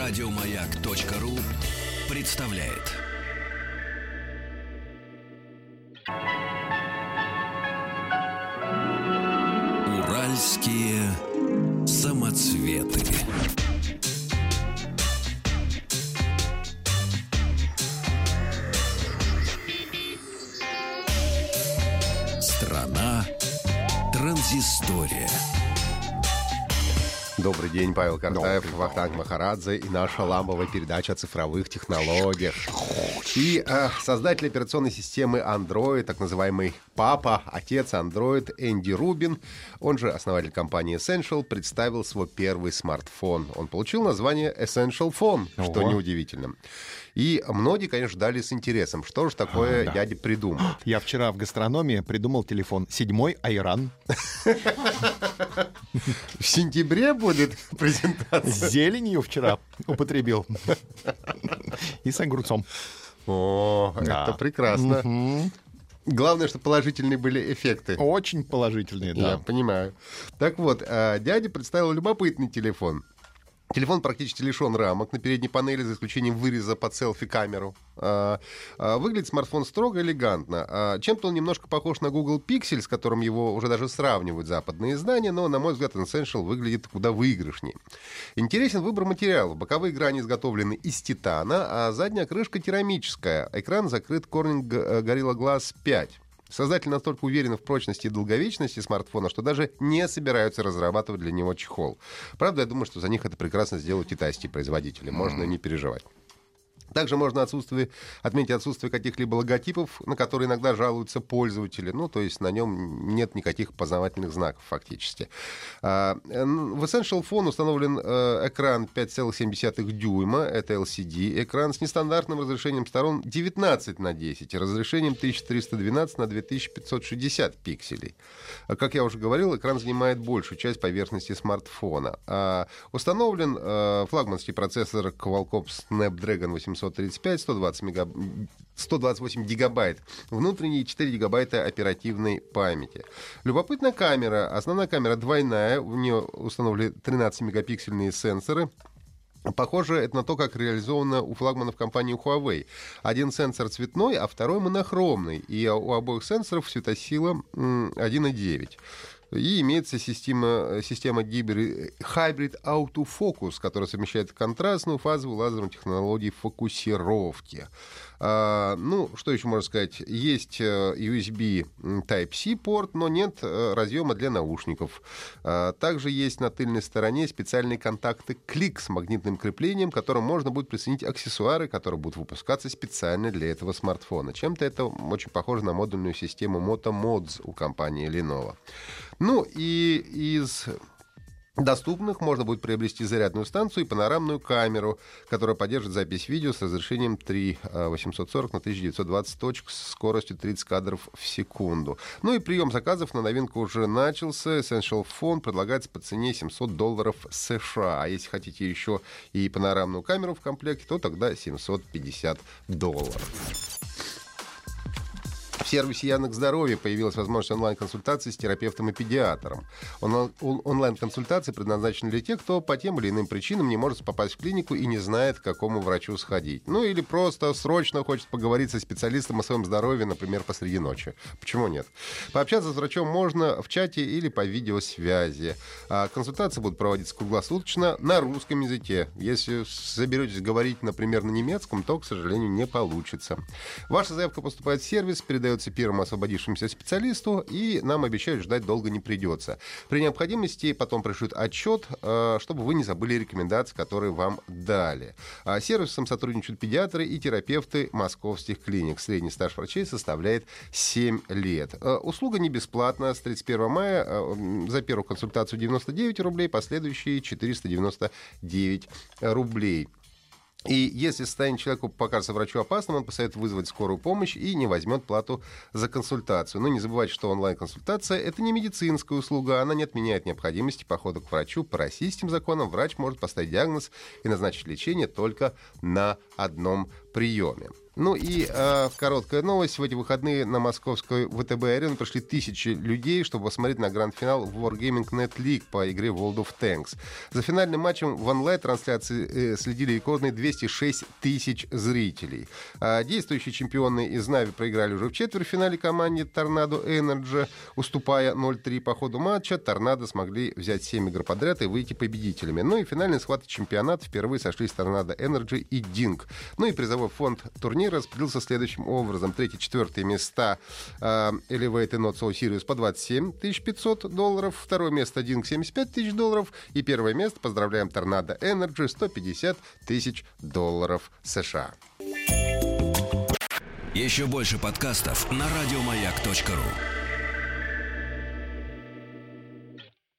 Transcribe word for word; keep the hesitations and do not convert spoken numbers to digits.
Радиомаяк.ру представляет. Уральские самоцветы. Страна транзистория. Добрый день, Павел Картаев, Вахтанг Махарадзе и наша ламповая передача о цифровых технологиях. И э, создатель операционной системы Android, так называемый папа, отец Android Энди Рубин, он же основатель компании Essential, представил свой первый смартфон. Он получил название Essential Phone, что Ого. неудивительно. И многие, конечно, ждали с интересом, что же такое А, да. дядя придумал. Я вчера в гастрономии придумал телефон. Седьмой Айран. В сентябре будет С презентация. зеленью вчера употребил. И с огурцом. О, Да. это прекрасно. Мгм. Главное, что положительные были эффекты. Очень положительные, Я да. понимаю. Так вот, а, дядя представил любопытный телефон. Телефон практически лишен рамок на передней панели, за исключением выреза под селфи-камеру. А, а, Выглядит смартфон строго, элегантно. А, Чем-то он немножко похож на Google Pixel, с которым его уже даже сравнивают западные издания, но, на мой взгляд, Essential выглядит куда выигрышнее. Интересен выбор материалов. Боковые грани изготовлены из титана, а задняя крышка керамическая. Экран закрыт Corning Gorilla Glass пять. Создатели настолько уверены в прочности и долговечности смартфона, что даже не собираются разрабатывать для него чехол. Правда, я думаю, что за них это прекрасно сделают китайские производители. Можно не переживать. Также можно отсутствие, отметить отсутствие каких-либо логотипов, на которые иногда жалуются пользователи. Ну, то есть на нем нет никаких познавательных знаков фактически. А, В Essential Phone установлен э, экран пять целых семь десятых дюйма. Это эл си ди-экран с нестандартным разрешением сторон девятнадцать на десять, разрешением тысяча триста двенадцать на две тысячи пятьсот шестьдесят пикселей. А, Как я уже говорил, экран занимает большую часть поверхности смартфона. А, Установлен э, флагманский процессор Qualcomm Snapdragon восемьсот тридцать пять, сто двадцать мегаб... сто двадцать восемь гигабайт внутренней и четыре гигабайта оперативной памяти. Любопытная камера. Основная камера двойная. В нее установлены тринадцатимегапиксельные сенсоры. Похоже, это на то, как реализовано у флагманов компании Huawei. Один сенсор цветной, а второй монохромный. И у обоих сенсоров светосила один и девять. И имеется система, система Hybrid Autofocus, которая совмещает контрастную, фазовую, лазерную технологию фокусировки. А, ну, что еще можно сказать? Есть ю эс би Type-C порт, но нет разъема для наушников. А, также есть на тыльной стороне специальные контакты клик с магнитным креплением, к которым можно будет присоединить аксессуары, которые будут выпускаться специально для этого смартфона. Чем-то это очень похоже на модульную систему Moto Mods у компании Lenovo. Ну и из доступных можно будет приобрести зарядную станцию и панорамную камеру, которая поддержит запись видео с разрешением три тысячи восемьсот сорок на тысяча девятьсот двадцать точек с скоростью тридцать кадров в секунду. Ну и прием заказов на новинку уже начался. Essential Phone предлагается по цене семьсот долларов США. А если хотите еще и панорамную камеру в комплекте, то тогда семьсот пятьдесят долларов. В сервисе Яндекс.Здоровье появилась возможность онлайн-консультации с терапевтом и педиатром. Он- он- онлайн-консультации предназначены для тех, кто по тем или иным причинам не может попасть в клинику и не знает, к какому врачу сходить. Ну или просто срочно хочет поговорить со специалистом о своем здоровье, например, посреди ночи. Почему нет? Пообщаться с врачом можно в чате или по видеосвязи. А консультации будут проводиться круглосуточно на русском языке. Если соберетесь говорить, например, на немецком, то, к сожалению, не получится. Ваша заявка поступает в сервис, передается первому освободившемуся специалисту, и нам обещают, ждать долго не придется. При необходимости потом пришлют отчет, э, чтобы вы не забыли рекомендации, которые вам дали. А с сервисом сотрудничают педиатры и терапевты московских клиник. Средний стаж врачей составляет семь лет. Э, Услуга не бесплатна. С тридцать первого мая э, за первую консультацию девяносто девять рублей, последующие четыреста девяносто девять рублей. И если состояние человека покажется врачу опасным, он посоветует вызвать скорую помощь и не возьмет плату за консультацию. Но не забывайте, что онлайн-консультация — это не медицинская услуга, она не отменяет необходимости похода к врачу. По российским законам врач может поставить диагноз и назначить лечение только на одном приеме. Ну и э, короткая новость. В эти выходные на московской ВТБ-арену пришли тысячи людей, чтобы посмотреть на гранд-финал Wargaming Net League по игре World of Tanks. За финальным матчем в онлайн-трансляции э, следили рекордные двести шесть тысяч зрителей. А действующие чемпионы из Нави проиграли уже в четвертьфинале команде Tornado Energy, уступая ноль три по ходу матча. Торнадо смогли взять семь игр подряд и выйти победителями. Ну и финальные схватки чемпионата впервые сошлись Tornado Energy и Динг. Ну и призовой фонд турнира распределился следующим образом. Третье-четвертое места uh, Elevate и Not So Serious по двадцать семь тысяч пятьсот долларов. Второе место Ding семьдесят пять тысяч долларов. И первое место, поздравляем, Tornado Energy, сто пятьдесят тысяч долларов США. Еще больше подкастов на радиомаяк точка ру.